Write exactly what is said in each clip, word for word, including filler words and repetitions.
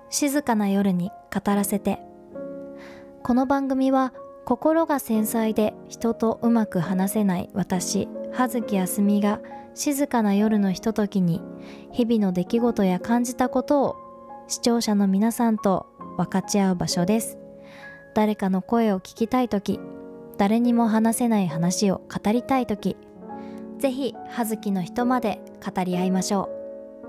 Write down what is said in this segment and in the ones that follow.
静かな夜に語らせて。この番組は心が繊細で人とうまく話せない私葉月あすみが静かな夜のひとときに日々の出来事や感じたことを視聴者の皆さんと分かち合う場所です。誰かの声を聞きたいとき、誰にも話せない話を語りたいとき、ぜひ葉月の人まで語り合いましょう。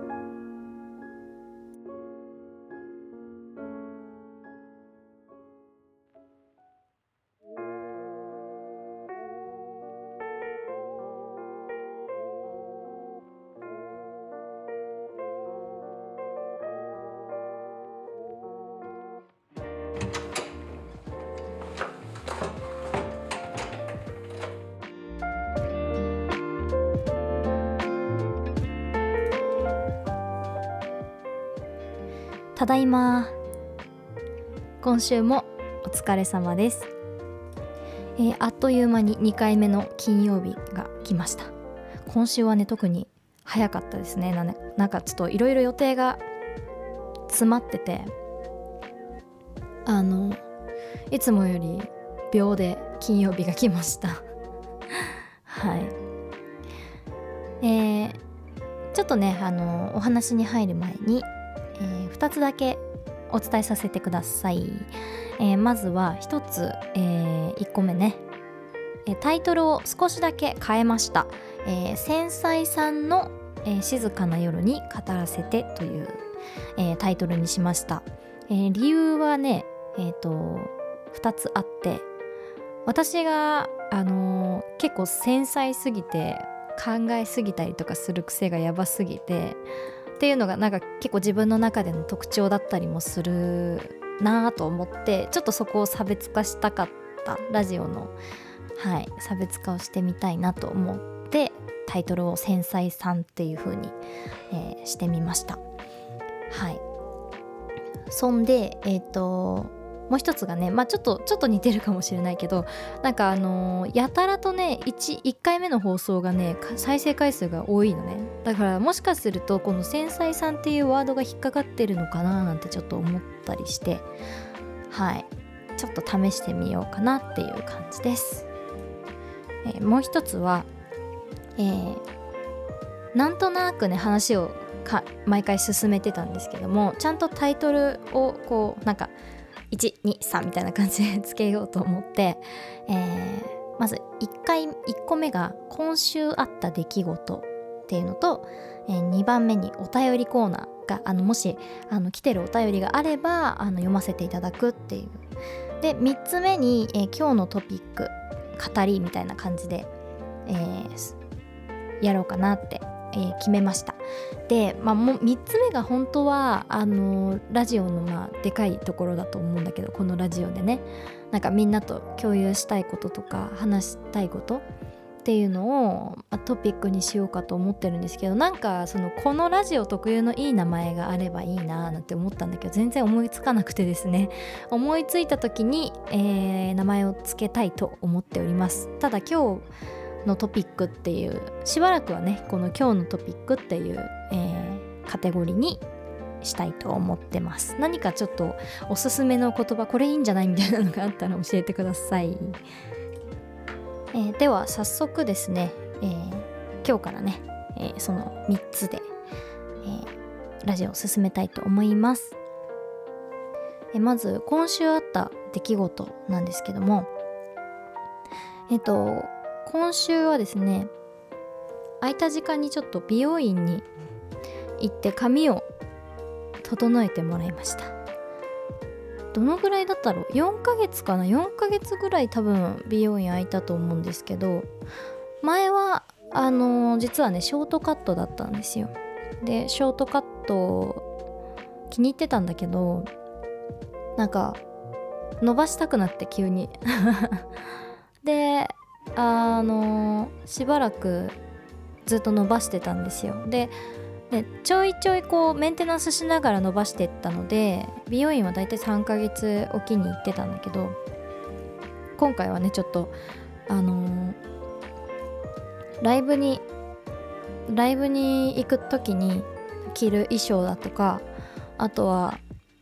ただいま。今週もお疲れ様です。えー、あっという間ににかいめの金曜日が来ました。今週はね特に早かったですね。な, なんかちょっといろいろ予定が詰まってて、あのいつもより秒で金曜日が来ましたはい。えー、ちょっとねあのお話に入る前にえー、ふたつだけお伝えさせてください。えー、まずはひとつ、えー、いっこめね、えー、タイトルを少しだけ変えました。えー、繊細さんの、えー、静かな夜に語らせてという、えー、タイトルにしました。えー、理由はね、えーと、ふたつあって、私が、あのー、結構繊細すぎて考えすぎたりとかする癖がやばすぎてっていうのがなんか結構自分の中での特徴だったりもするなと思って、ちょっとそこを差別化したかった、ラジオの、はい、差別化をしてみたいなと思ってタイトルを繊細さんっていう風に、えー、してみました。はい。そんでえっともう一つがね、まあちょっとちょっと似てるかもしれないけど、なんかあのー、やたらとね 1, 1回目の放送がね再生回数が多いのね。だからもしかするとこの繊細さんっていうワードが引っかかってるのかななんてちょっと思ったりして、はいちょっと試してみようかなっていう感じです。えー、もう一つは、えー、なんとなくね話をか毎回進めてたんですけども、ちゃんとタイトルをこうなんかいち、に、さんみたいな感じでつけようと思って、えー、まずいっかいいっこめが今週あった出来事っていうのと、えー、にばんめにお便りコーナーがあのもしあの来てるお便りがあればあの読ませていただくっていう。でみっつめに、えー、今日のトピック語りみたいな感じで、えー、やろうかなってえー、決めました。で、まあ、もうみっつめが本当はあのー、ラジオのまあでかいところだと思うんだけど、このラジオでねなんかみんなと共有したいこととか話したいことっていうのを、まあ、トピックにしようかと思ってるんですけど、なんかそのこのラジオ特有のいい名前があればいいななんて思ったんだけど全然思いつかなくてですね、思いついた時に、えー、名前をつけたいと思っております。ただ今日のトピックっていうしばらくはねこの今日のトピックっていう、えー、カテゴリーにしたいと思ってます。何かちょっとおすすめの言葉これいいんじゃないみたいなのがあったら教えてください。えー、では早速ですね、えー、今日からね、えー、そのみっつで、えー、ラジオを進めたいと思います。えー、まず今週あった出来事なんですけども、えっと今週はですね空いた時間にちょっと美容院に行って髪を整えてもらいました。どのぐらいだったろう、よんかげつかな、よんかげつぐらい多分美容院空いたと思うんですけど、前はあのー、実はねショートカットだったんですよ。でショートカット気に入ってたんだけどなんか伸ばしたくなって急にであのしばらくずっと伸ばしてたんですよ。ででちょいちょいこうメンテナンスしながら伸ばしてったので美容院はだいたいさんかげつおきに行ってたんだけど、今回はねちょっとあのー、ライブにライブに行く時に着る衣装だとか、あとは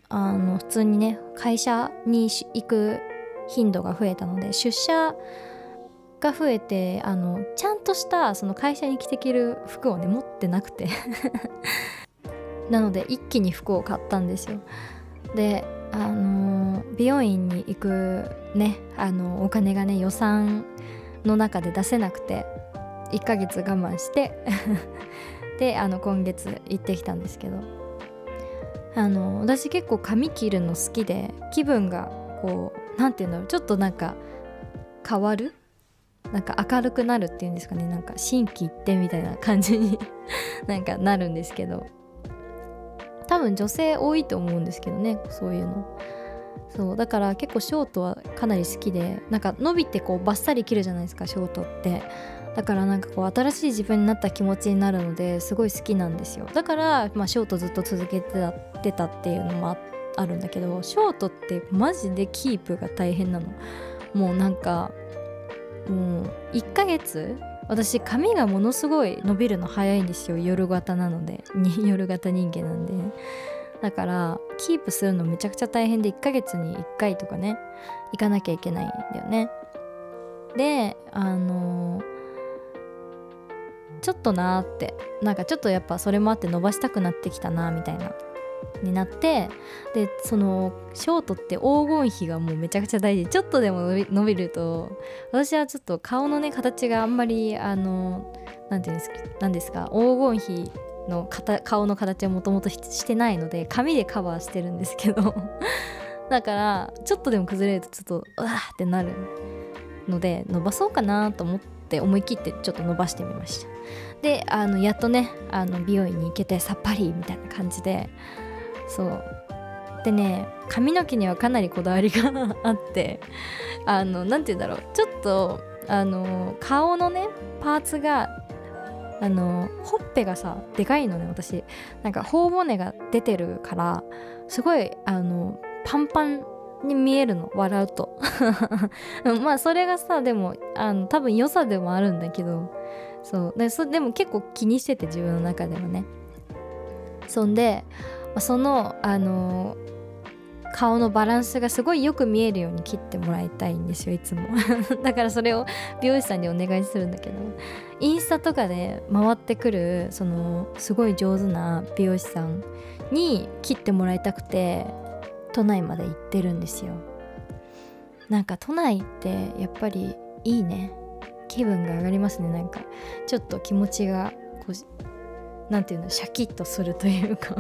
あの普通にね会社に行く頻度が増えたので、出社が増えて、あのちゃんとしたその会社に着てける服をね持ってなくてなので一気に服を買ったんですよ。であの美容院に行くねあのお金がね予算の中で出せなくていっかげつ我慢してであの今月行ってきたんですけど、あの私結構髪切るの好きで、気分がこうなんていうんだろう、ちょっとなんか変わる、なんか明るくなるっていうんですかね、なんか心機一転みたいな感じになんかなるんですけど、多分女性多いと思うんですけどね、そういうの。そうだから結構ショートはかなり好きで、なんか伸びてこうバッサリ切るじゃないですかショートって。だからなんかこう新しい自分になった気持ちになるのですごい好きなんですよ。だから、まあ、ショートずっと続けてた、てたっていうのも あ, あるんだけど、ショートってマジでキープが大変なの。もうなんかもういっかげつ、私髪がものすごい伸びるの早いんですよ、夜型なので夜型人間なんで、ね、だからキープするのめちゃくちゃ大変で、いっかげつにいっかいとかね行かなきゃいけないんだよね。であのーちょっとなーって、なんかちょっとやっぱそれもあって伸ばしたくなってきたなみたいなになって、でそのショートって黄金比がもうめちゃくちゃ大事。ちょっとでも伸び、伸びると、私はちょっと顔のね形があんまりあのなんていうんですか、なんですか黄金比の顔の形をもともとしてないので紙でカバーしてるんですけどだからちょっとでも崩れるとちょっとうわーってなるので、伸ばそうかなと思って思い切ってちょっと伸ばしてみました。であのやっとねあの美容院に行けてさっぱりみたいな感じで、そうでね、髪の毛にはかなりこだわりがあって、あのなんて言うんだろう、ちょっとあの顔のねパーツがあのほっぺがさでかいのね、私なんか頬骨が出てるからすごいあのパンパンに見えるの、笑うとまあそれがさでもあの多分良さでもあるんだけど、そうでそでも結構気にしてて自分の中ではね。そんでそのあの顔のバランスがすごいよく見えるように切ってもらいたいんですよいつもだからそれを美容師さんにお願いするんだけど、インスタとかで回ってくるそのすごい上手な美容師さんに切ってもらいたくて都内まで行ってるんですよ。なんか都内ってやっぱりいいね、気分が上がりますね。なんかちょっと気持ちがこうなんていうの、シャキッとするというか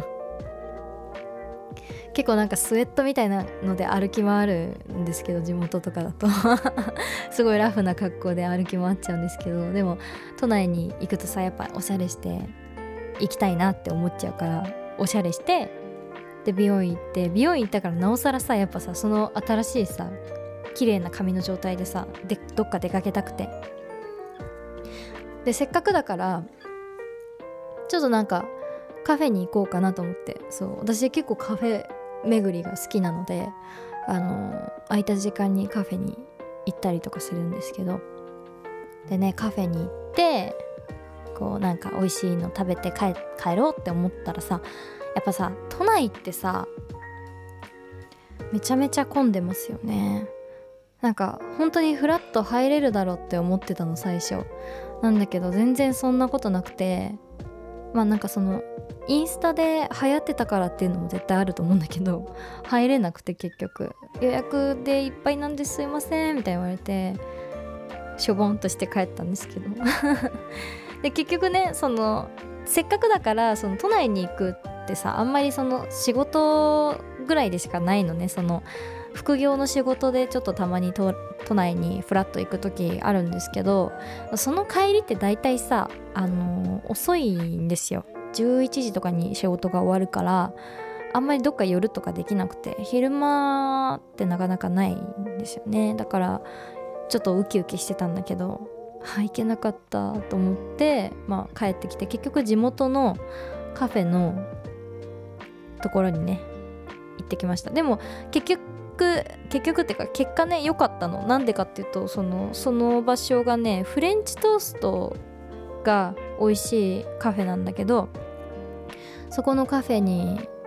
結構なんかスウェットみたいなので歩き回るんですけど、地元とかだとすごいラフな格好で歩き回っちゃうんですけど、でも都内に行くとさやっぱおしゃれして行きたいなって思っちゃうから、おしゃれしてで美容院行って、美容院行ったからなおさらさやっぱさその新しいさ綺麗な髪の状態でさでどっか出かけたくて、でせっかくだからちょっとなんかカフェに行こうかなと思って、そう私結構カフェ巡りが好きなので、あの空いた時間にカフェに行ったりとかするんですけど、でねカフェに行ってこうなんか美味しいの食べて 帰, 帰ろうって思ったらさ、やっぱさ都内ってさめちゃめちゃ混んでますよね。なんか本当にフラッと入れるだろうって思ってたの最初なんだけど、全然そんなことなくて、まあなんかそのインスタで流行ってたからっていうのも絶対あると思うんだけど、入れなくて結局予約でいっぱいなんですいませんみたいに言われてしょぼんとして帰ったんですけどで結局ねそのせっかくだからその都内に行くってさ、あんまりその仕事ぐらいでしかないのね。その副業の仕事でちょっとたまに都内にフラッと行く時あるんですけど、その帰りって大体さあのー、遅いんですよ。じゅういちじとかに仕事が終わるから、あんまりどっか夜とかできなくて、昼間ってなかなかないんですよね。だからちょっとウキウキしてたんだけど、あ行けなかったと思って、まあ、帰ってきて結局地元のカフェのところにね行ってきました。でも結局結局っていうか結果ね良かったの。なんでかっていうと、そのその場所がねフレンチトーストが美味しいカフェなんだけど、そこのカフェに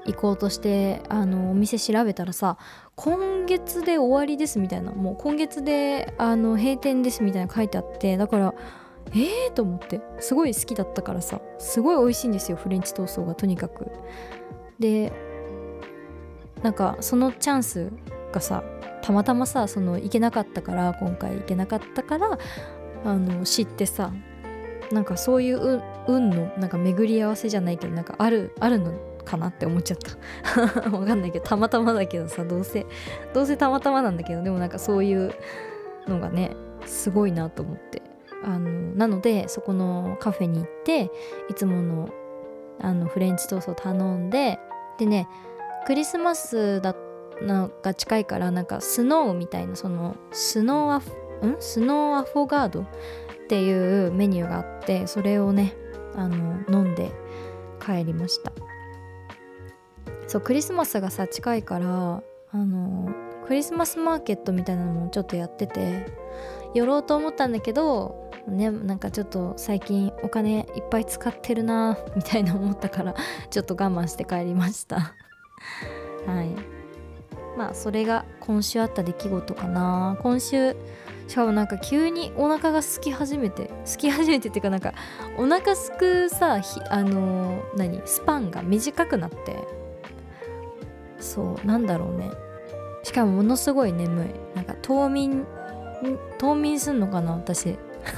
行こうとしてあのお店調べたらさ、今月で終わりですみたいな、もう今月であの閉店ですみたいな書いてあって、だからえーと思って、すごい好きだったからさ、すごい美味しいんですよフレンチトーストがとにかく。でなんかそのチャンスがさ、たまたまさその行けなかったから、今回行けなかったからあの知ってさ、なんかそういう運運のなんか巡り合わせじゃないけど、なんかあるあるのかなって思っちゃったわかんないけど、たまたまだけどさ、どうせどうせたまたまなんだけど、でもなんかそういうのがねすごいなと思って、あのなのでそこのカフェに行っていつものあのフレンチトーストを頼んで、でねクリスマスだなが近いから、なんかスノーみたいな、そのスノーアフんスノーアフォガードっていうメニューがあって、それをねあの飲んで帰りました。そう、クリスマスがさ近いから、あのクリスマスマーケットみたいなのもちょっとやってて、寄ろうと思ったんだけどね、なんかちょっと最近お金いっぱい使ってるなみたいな思ったからちょっと我慢して帰りましたはい、まあそれが今週あった出来事かな。今週しかもなんか急にお腹が空き始めて空き始めてっていうか、なんかお腹すくさひあのー、何スパンが短くなって、そうなんだろうね、しかもものすごい眠い。なんか冬眠冬眠すんのかな私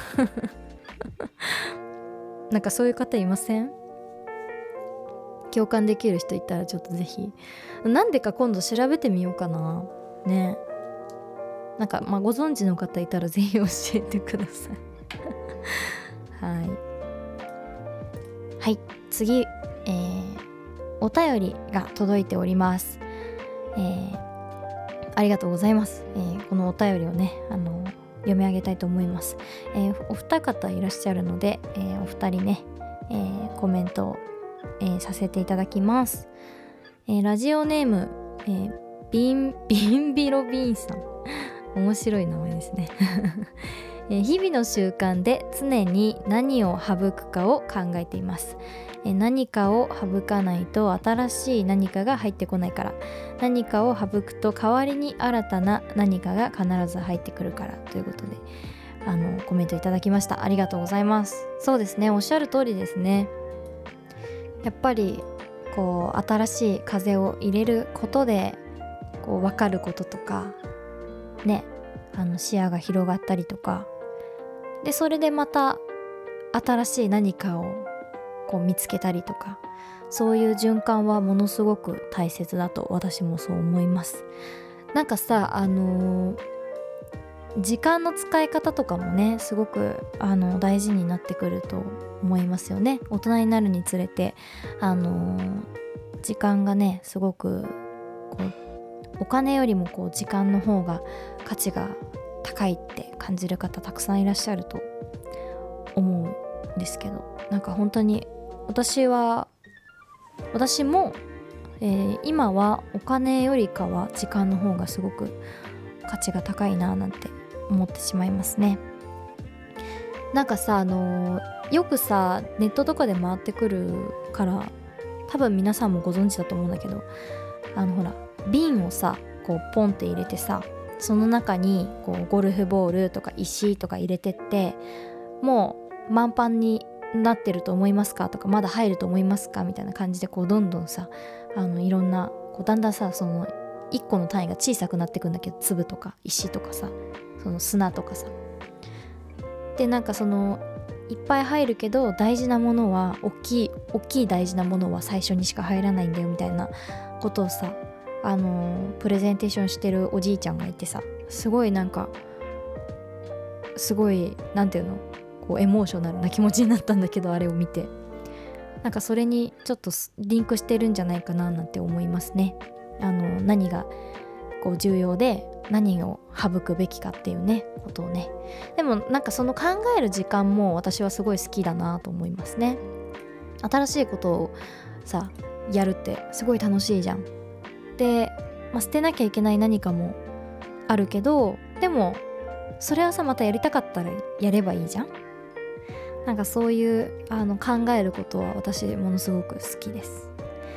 なんかそういう方いません？共感できる人いたらちょっとぜひ、なんでか今度調べてみようかなね。なんかまあご存知の方いたらぜひ教えてくださいはいはい、次、えー、お便りが届いております。えー、ありがとうございます。えー、このお便りをねあの読み上げたいと思います。えー、お二方いらっしゃるので、えー、お二人ね、えー、コメントを、えー、させていただきます。えー、ラジオネーム、えー、ビンビンビロビンさん面白い名前ですねえー、日々の習慣で常に何を省くかを考えています。えー、何かを省かないと新しい何かが入ってこないから、何かを省くと代わりに新たな何かが必ず入ってくるからということで、あのコメントいただきました。ありがとうございます。そうですね、おっしゃる通りですね。やっぱりこう新しい風を入れることでこう分かることとかね、あの視野が広がったりとかで、それでまた新しい何かをこう見つけたりとか、そういう循環はものすごく大切だと私もそう思います。なんかさ、あのー、時間の使い方とかもねすごくあの大事になってくると思いますよね。大人になるにつれてあのー、時間がねすごくこうお金よりもこう時間の方が価値が高いって感じる方たくさんいらっしゃると思うんですけど、なんか本当に私は私も、えー、今はお金よりかは時間の方がすごく価値が高いななんて思ってしまいますね。なんかさ、あのー、よくさネットとかで回ってくるから多分皆さんもご存知だと思うんだけど、あのほら瓶をさこうポンって入れてさ、その中にこうゴルフボールとか石とか入れてって、もう満帆になってると思いますかとか、まだ入ると思いますかみたいな感じでこうどんどんさあのいろんなこうだんだんさそのいっこの単位が小さくなってくんだけど、粒とか石とかさその砂とかさで、なんかそのいっぱい入るけど大事なものは大きい大きい大事なものは最初にしか入らないんだよみたいなことをさあのプレゼンテーションしてるおじいちゃんがいてさ、すごいなんかすごいなんていうのこうエモーショナルな気持ちになったんだけど、あれを見てなんかそれにちょっとリンクしてるんじゃないかななんて思いますね。あの何がこう重要で何を省くべきかっていうねことをね。でもなんかその考える時間も私はすごい好きだなと思いますね。新しいことをさやるってすごい楽しいじゃん。で、まあ、捨てなきゃいけない何かもあるけど、でもそれはさまたやりたかったらやればいいじゃん。なんかそういうあの考えることは私ものすごく好きです。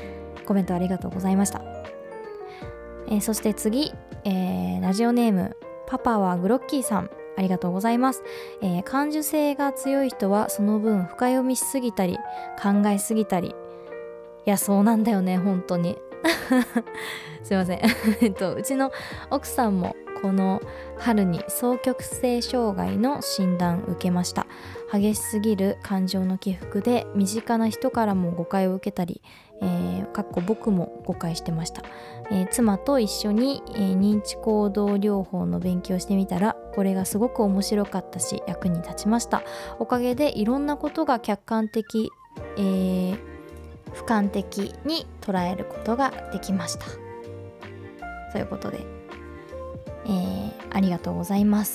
コメントありがとうございました。えー、そして次、えー、ラジオネームパパはグロッキーさん、ありがとうございます。えー、感受性が強い人はその分深読みしすぎたり考えすぎたり、いやそうなんだよね本当にすいませんえっとうちの奥さんもこの春に双極性障害の診断受けました。激しすぎる感情の起伏で身近な人からも誤解を受けたり、えー、かっこ僕も誤解してました。えー、妻と一緒に、えー、認知行動療法の勉強してみたら、これがすごく面白かったし役に立ちました。おかげでいろんなことが客観的、えー、俯瞰的に捉えることができました。ということで、えー、ありがとうございます。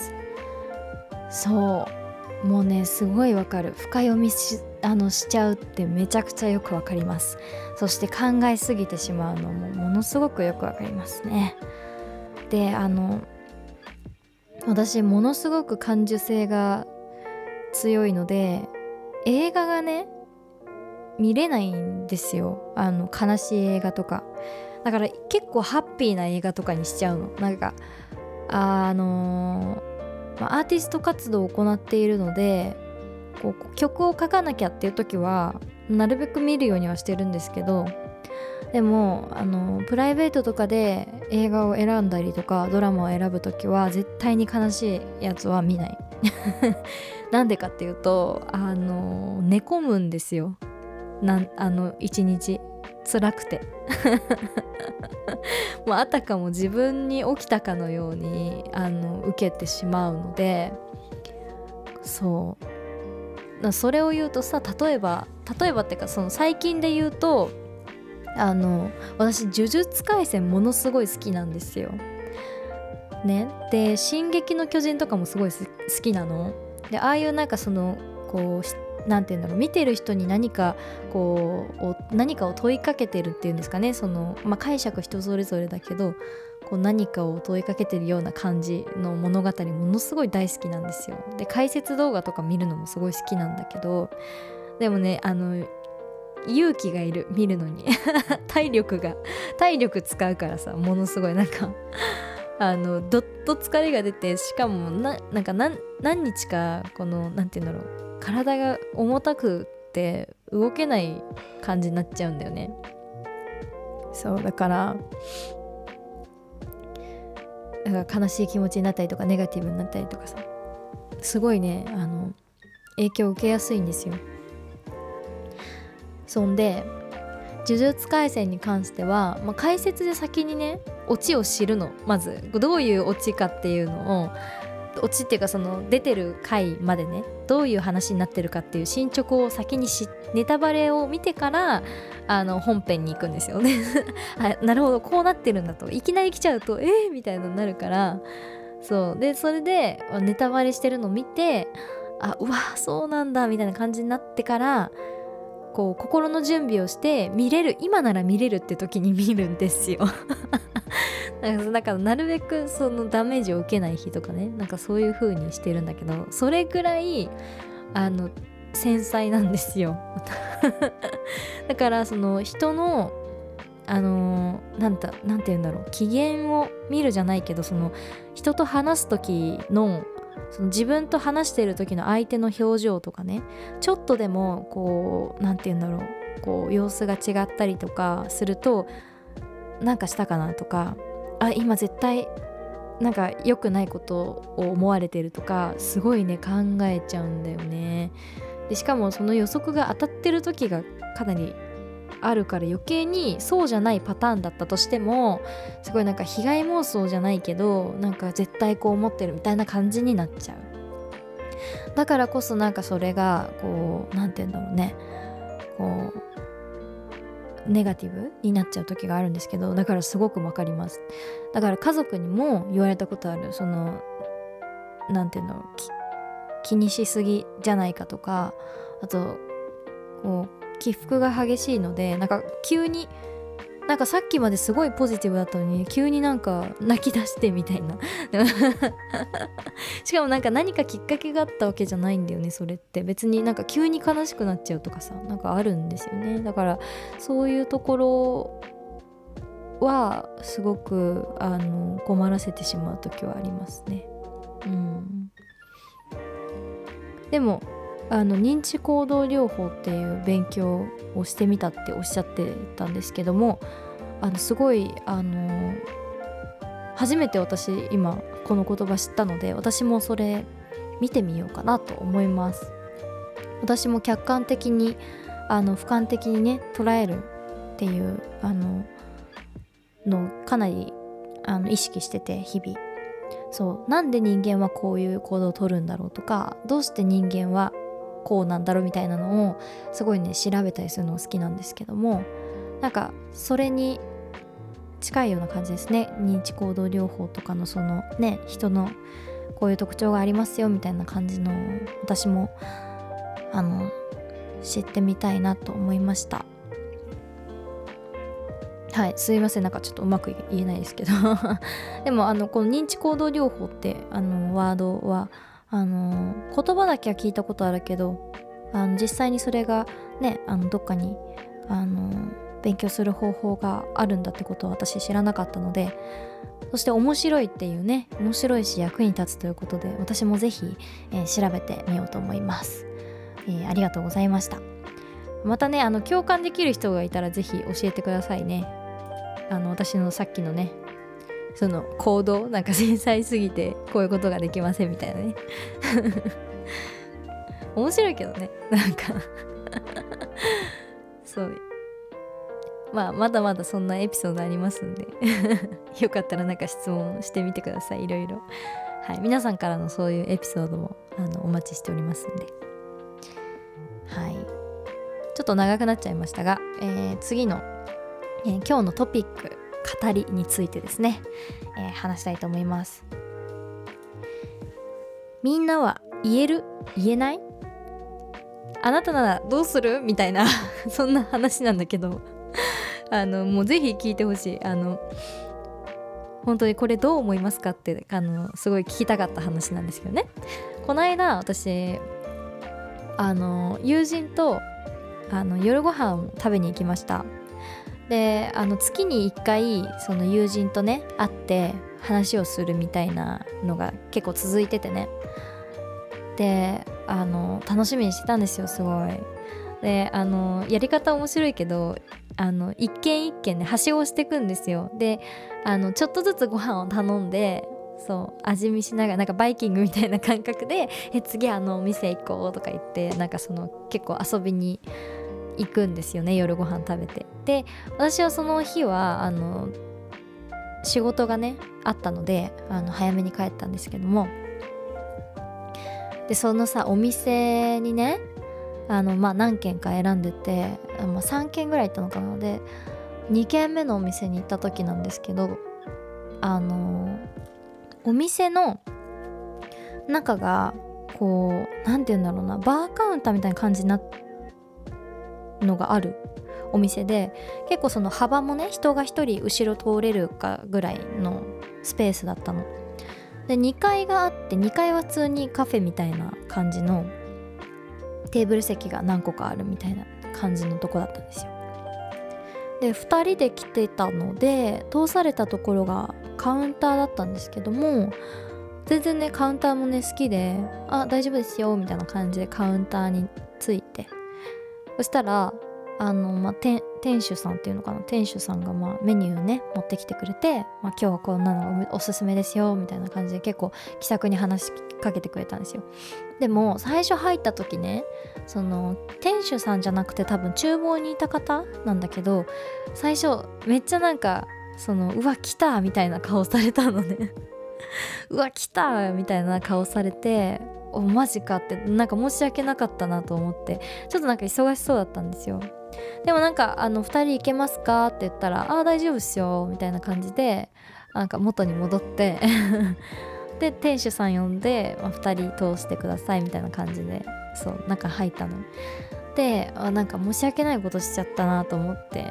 そうもうねすごいわかる。深読み し, あのしちゃうってめちゃくちゃよくわかります。そして考えすぎてしまうのもものすごくよくわかりますね。であの私ものすごく感受性が強いので映画がね見れないんですよ。あの悲しい映画とかだから結構ハッピーな映画とかにしちゃうの。なんかあのーまあ、アーティスト活動を行っているのでこう曲を書かなきゃっていう時はなるべく見るようにはしてるんですけど、でもあのプライベートとかで映画を選んだりとかドラマを選ぶ時は絶対に悲しいやつは見ないなんでかっていうとあの寝込むんですよ。なんあの一日辛くてもうあたかも自分に起きたかのようにあの受けてしまうので、そうそれを言うとさ、例えば例えばっていうかその最近で言うとあの私呪術廻戦ものすごい好きなんですよね。で進撃の巨人とかもすごい好きなので、ああいうなんかそのこうなんていうんだろう、見てる人に何かこう何かを問いかけてるっていうんですかね、その、まあ、解釈人それぞれだけどこう何かを問いかけてるような感じの物語ものすごい大好きなんですよ。で解説動画とか見るのもすごい好きなんだけど、でもねあの勇気がいる見るのに体力が体力使うからさ、ものすごいなんかあのどっと疲れが出て、しかもななんか 何, 何日かこのなんていうんだろう、体が重たくって動けない感じになっちゃうんだよね。そうだからだから悲しい気持ちになったりとかネガティブになったりとかさ、すごいねあの影響を受けやすいんですよ。そんで呪術廻戦に関しては、まあ、解説で先にねオチを知るの。まずどういうオチかっていうのを、オチっていうかその出てる回までねどういう話になってるかっていう進捗を先にしネタバレを見てからあの本編に行くんですよねあ、なるほどこうなってるんだと、いきなり来ちゃうとえーみたいなのになるから、そうでそれでネタバレしてるのを見て、あうわそうなんだみたいな感じになってからこう心の準備をして見れる、今なら見れるって時に見るんですよだからなるべくそのダメージを受けない日とかね、なんかそういう風にしてるんだけど、それぐらいあの繊細なんですよだからその人のあのー、なんたなんて言うんだろう、機嫌を見るじゃないけど、その人と話す時のその自分と話してる時の相手の表情とかね、ちょっとでもこうなんて言うんだろう、こう様子が違ったりとかすると、なんかしたかなとか、あ今絶対なんか良くないことを思われてるとかすごいね考えちゃうんだよね。でしかもその予測が当たってる時がかなりあるから、余計にそうじゃないパターンだったとしてもすごいなんか被害妄想じゃないけどなんか絶対こう思ってるみたいな感じになっちゃう。だからこそなんかそれがこうなんて言うんだろうね、こうネガティブになっちゃう時があるんですけど、だからすごくわかります。だから家族にも言われたことある、そのなんていうの気にしすぎじゃないかとか、あとこう起伏が激しいのでなんか急になんかさっきまですごいポジティブだったのに急になんか泣き出してみたいなしかもなんか何かきっかけがあったわけじゃないんだよね。それって別になんか急に悲しくなっちゃうとかさ、なんかあるんですよね。だからそういうところはすごくあの困らせてしまう時はありますね。うん、でもあの認知行動療法っていう勉強をしてみたっておっしゃってたんですけども、あのすごいあの初めて私今この言葉知ったので、私もそれ見てみようかなと思います。私も客観的にあの俯瞰的にね捉えるっていうあののかなりあの意識してて、日々そうなんで人間はこういう行動をとるんだろうとか、どうして人間はこうなんだろうみたいなのをすごいね調べたりするのが好きなんですけども、なんかそれに近いような感じですね。認知行動療法とかのそのね人のこういう特徴がありますよみたいな感じの私もあの知ってみたいなと思いました。はい、すいませんなんかちょっとうまく言えないですけどでもあのこの認知行動療法ってあのワードはあの言葉だけは聞いたことあるけど、あの実際にそれがねあのどっかにあの勉強する方法があるんだってことは私知らなかったので、そして面白いっていうね、面白いし役に立つということで私もぜひ、えー、調べてみようと思います、えー、ありがとうございました。またねあの共感できる人がいたらぜひ教えてくださいね。あの私のさっきのねその行動なんか繊細すぎてこういうことができませんみたいなね面白いけどねなんかそうまあまだまだそんなエピソードありますんでよかったらなんか質問してみてください。いろいろ、はい、皆さんからのそういうエピソードもあのお待ちしておりますんで、はい、ちょっと長くなっちゃいましたが、えー、次の、えー、今日のトピック語りについてですね、えー、話したいと思います。みんなは言える？言えない？あなたならどうする？みたいなそんな話なんだけどあのもうぜひ聞いてほしい。あの本当にこれどう思いますかってあのすごい聞きたかった話なんですけどね。この間私あの友人とあの夜ご飯を食べに行きました。であの月にいっかいその友人とね会って話をするみたいなのが結構続いててね、であの楽しみにしてたんですよすごい。であのやり方面白いけどあの一軒一軒ねはしごしていくんですよ。であのちょっとずつご飯を頼んでそう味見しながらなんかバイキングみたいな感覚でえ次あのお店行こうとか言ってなんかその結構遊びに行くんですよね、夜ご飯食べて。で私はその日はあの仕事がねあったのであの早めに帰ったんですけども、でそのさお店にねあのまあ何軒か選んでて、まあ、さんけんぐらい行ったのかな。でにけんめのお店に行った時なんですけど、あのお店の中がこうなんて言うんだろうな、バーカウンターみたいな感じになってのがあるお店で、結構その幅もね人が一人後ろ通れるかぐらいのスペースだったので、にかいがあってにかいは普通にカフェみたいな感じのテーブル席が何個かあるみたいな感じのとこだったんですよ。でふたりで来てたので通されたところがカウンターだったんですけども、全然ねカウンターもね好きで、あ大丈夫ですよみたいな感じでカウンターについて、そしたらあの、まあ、店主さんっていうのかな、店主さんがまあメニューをね持ってきてくれて、まあ、今日はこんなのがおすすめですよみたいな感じで結構気さくに話しかけてくれたんですよ。でも最初入った時ね、その店主さんじゃなくて多分厨房にいた方なんだけど、最初めっちゃなんかそのうわ来たみたいな顔されたのねうわ来たみたいな顔されて、おマジかってなんか申し訳なかったなと思って、ちょっとなんか忙しそうだったんですよ。でもなんかあのふたり行けますかって言ったら、あ大丈夫っすよみたいな感じでなんか元に戻ってで店主さん呼んで、まあ、ふたり通してくださいみたいな感じでそう中入ったので、あなんか申し訳ないことしちゃったなと思って、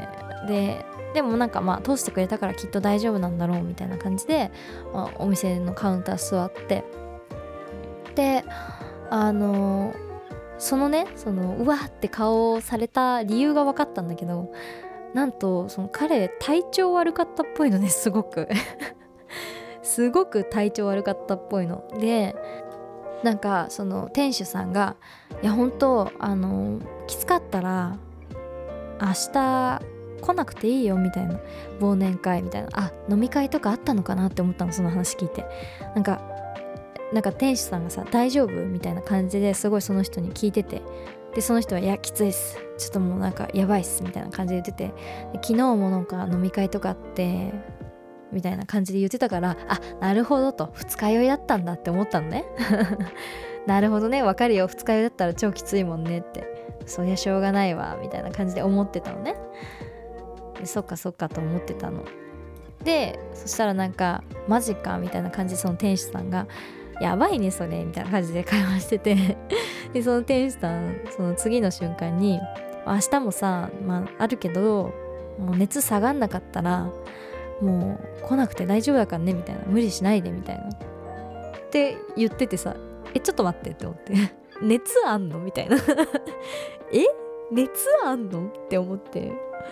ででもなんかまあ通してくれたからきっと大丈夫なんだろうみたいな感じで、まあ、お店のカウンター座って、であのそのねそのうわって顔をされた理由が分かったんだけど、なんとその彼体調悪かったっぽいのね、すごくすごく体調悪かったっぽいので、なんかその店主さんがいや本当あのきつかったら明日来なくていいよみたいな、忘年会みたいな、あ飲み会とかあったのかなって思ったの、その話聞いて。なんかなんか店主さんがさ大丈夫みたいな感じですごいその人に聞いてて、でその人はいやきついっす、ちょっともうなんかやばいっすみたいな感じで言ってて、で昨日もなんか飲み会とかあってみたいな感じで言ってたから、あなるほどと、二日酔いだったんだって思ったのねなるほどね、わかるよ、二日酔いだったら超きついもんねって、そりゃしょうがないわみたいな感じで思ってたのね。でそっかそっかと思ってたので、そしたらなんかマジかみたいな感じでその店主さんがやばいねそれみたいな感じで会話しててでその店主さんその次の瞬間に明日もさ、まあ、あるけどもう熱下がんなかったらもう来なくて大丈夫だからねみたいな、無理しないでみたいなって言っててさ、えちょっと待ってって思って熱あんのみたいなえ熱あんのって思って、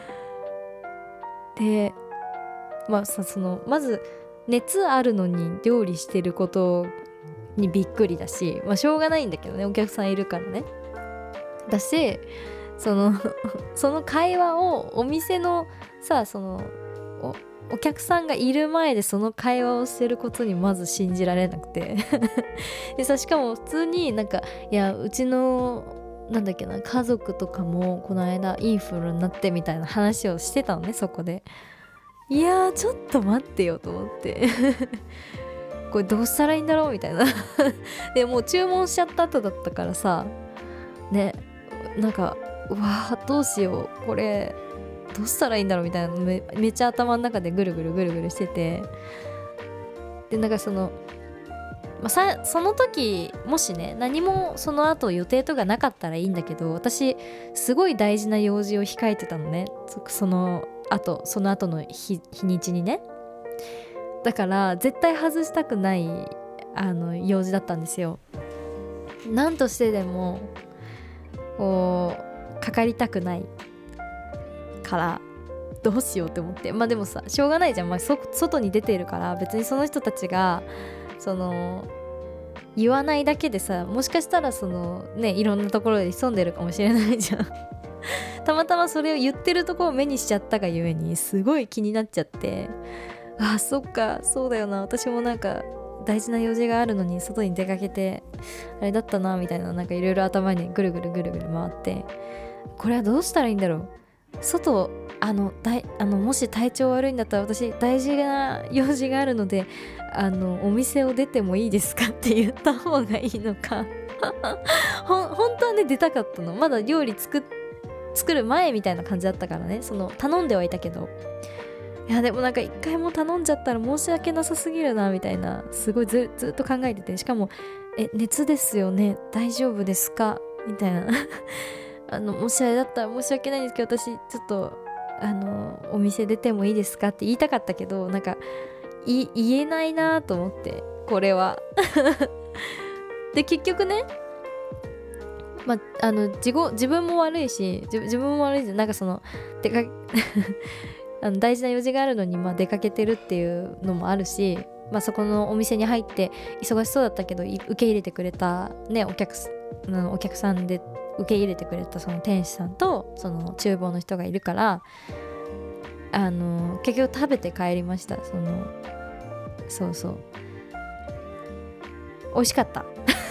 でまあさそのまず熱あるのに料理してることにびっくりだし、まあしょうがないんだけどね、お客さんいるからね。だしそのその会話をお店のさその お, お客さんがいる前でその会話をしてることにまず信じられなくてでさしかも普通になんかいやうちのなんだっけな家族とかもこの間インフルになってみたいな話をしてたのね、そこで。いやーちょっと待ってよと思ってこれどうしたらいいんだろうみたいなでもう注文しちゃった後だったからさね、なんかうわーどうしようこれどうしたらいいんだろうみたいな め, めっちゃ頭の中でぐるぐるぐるぐるしてて、でなんかその、まあ、さその時もしね何もその後予定とかなかったらいいんだけど、私すごい大事な用事を控えてたのね、そ, そのあとその後の 日, 日にちにね。だから絶対外したくないあの用事だったんですよ。なんとしてでもこうかかりたくないからどうしようって思って、まあでもさしょうがないじゃん、まあ、そ外に出てるから別にその人たちがその言わないだけでさ、もしかしたらそのねいろんなところで潜んでるかもしれないじゃんたまたまそれを言ってるところを目にしちゃったがゆえにすごい気になっちゃって、あそっかそうだよな、私もなんか大事な用事があるのに外に出かけてあれだったなみたいな、なんかいろいろ頭にぐるぐるぐるぐる回って、これはどうしたらいいんだろう、外あのだいあのもし体調悪いんだったら私大事な用事があるのであのお店を出てもいいですかって言った方がいいのかほ本当はね出たかったの、まだ料理作って作る前みたいな感じだったからね、その頼んではいたけど、いやでもなんか一回も頼んじゃったら申し訳なさすぎるなみたいな、すごい ず, ずっと考えてて、しかもえ熱ですよね大丈夫ですかみたいなあのもしあれだったら申し訳ないんですけど私ちょっとあのお店出てもいいですかって言いたかったけど、なんかい言えないなと思って、これはで結局ねまあ、あの 自, 自分も悪いし 自, 自分も悪いし、なんかその出かあの大事な用事があるのにまあ出かけてるっていうのもあるし、まあ、そこのお店に入って忙しそうだったけど受け入れてくれた、ね、お客、お客さんで受け入れてくれたその店主さんとその厨房の人がいるから、あの結局食べて帰りました。そのそうそう美味しかった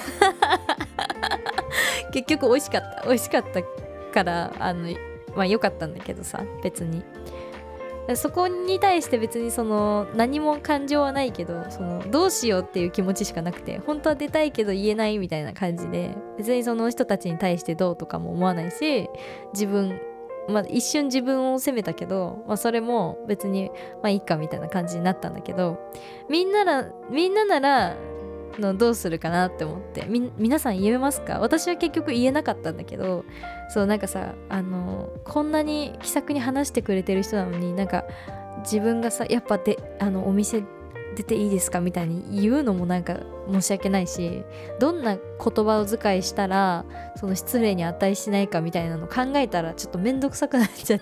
結局美味しかった美味しかったからあのまあ良かったんだけどさ、別にそこに対して別にその何も感情はないけど、そのどうしようっていう気持ちしかなくて、本当は出たいけど言えないみたいな感じで、別にその人たちに対してどうとかも思わないし、自分まあ一瞬自分を責めたけど、まあそれも別にまあいいかみたいな感じになったんだけど、みんならみんなならのどうするかなって思って、み皆さん言えますか？私は結局言えなかったんだけど、そうなんかさ、あのこんなに気さくに話してくれてる人なのに、なんか自分がさやっぱであのお店出ていいですかみたいに言うのもなんか申し訳ないし、どんな言葉を遣いしたらその失礼に値しないかみたいなの考えたらちょっとめんどくさくなっちゃって、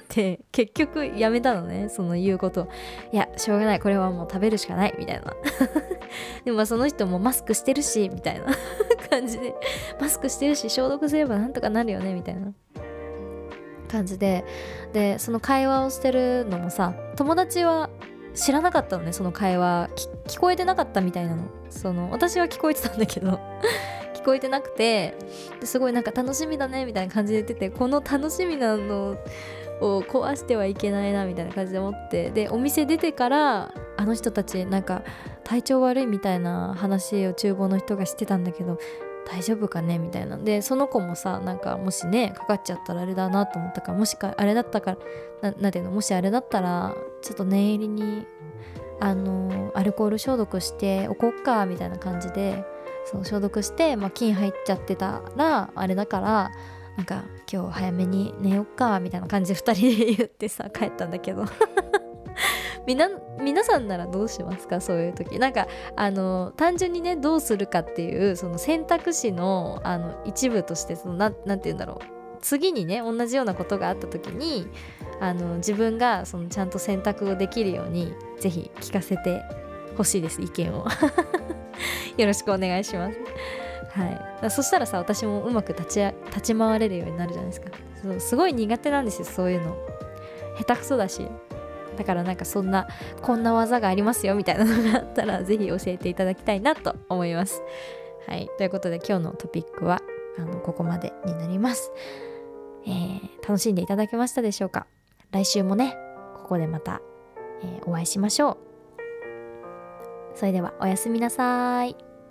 結局やめたのね、その言うこと。いやしょうがない、これはもう食べるしかないみたいなでもまあその人もマスクしてるしみたいな感じで、マスクしてるし消毒すればなんとかなるよねみたいな感じで、でその会話をしてるのもさ、友達は知らなかったのね、その会話聞こえてなかったみたいなの。その私は聞こえてたんだけど聞こえてなくて、ですごいなんか楽しみだねみたいな感じで言ってて、この楽しみなのを壊してはいけないなみたいな感じで思って、でお店出てからあの人たちなんか体調悪いみたいな話を厨房の人がしてたんだけど大丈夫かねみたいな。でその子もさ、なんかもしねかかっちゃったらあれだなと思ったから、もしかあれだったからな、なんていうの、もしあれだったらちょっと念入りにあのアルコール消毒しておこっかみたいな感じで、そう消毒して、まあ、菌入っちゃってたらあれだからなんか今日早めに寝よっかみたいな感じでふたりで言ってさ帰ったんだけどみな皆さんならどうしますか、そういう時。なんかあの単純にねどうするかっていうその選択肢のあの一部として、そのななんて言うんだろう、次にね同じようなことがあった時にあの自分がそのちゃんと選択をできるようにぜひ聞かせてほしいです、意見をよろしくお願いします。はい、そしたらさ私もうまく立ち立ち回れるようになるじゃないですか。そうすごい苦手なんですよ、そういうの。下手くそだし。だからなんかそんなこんな技がありますよみたいなのがあったらぜひ教えていただきたいなと思います。はい、ということで今日のトピックはあのここまでになります。えー、楽しんでいただけましたでしょうか。来週もねここでまた、えー、お会いしましょう。それではおやすみなさい。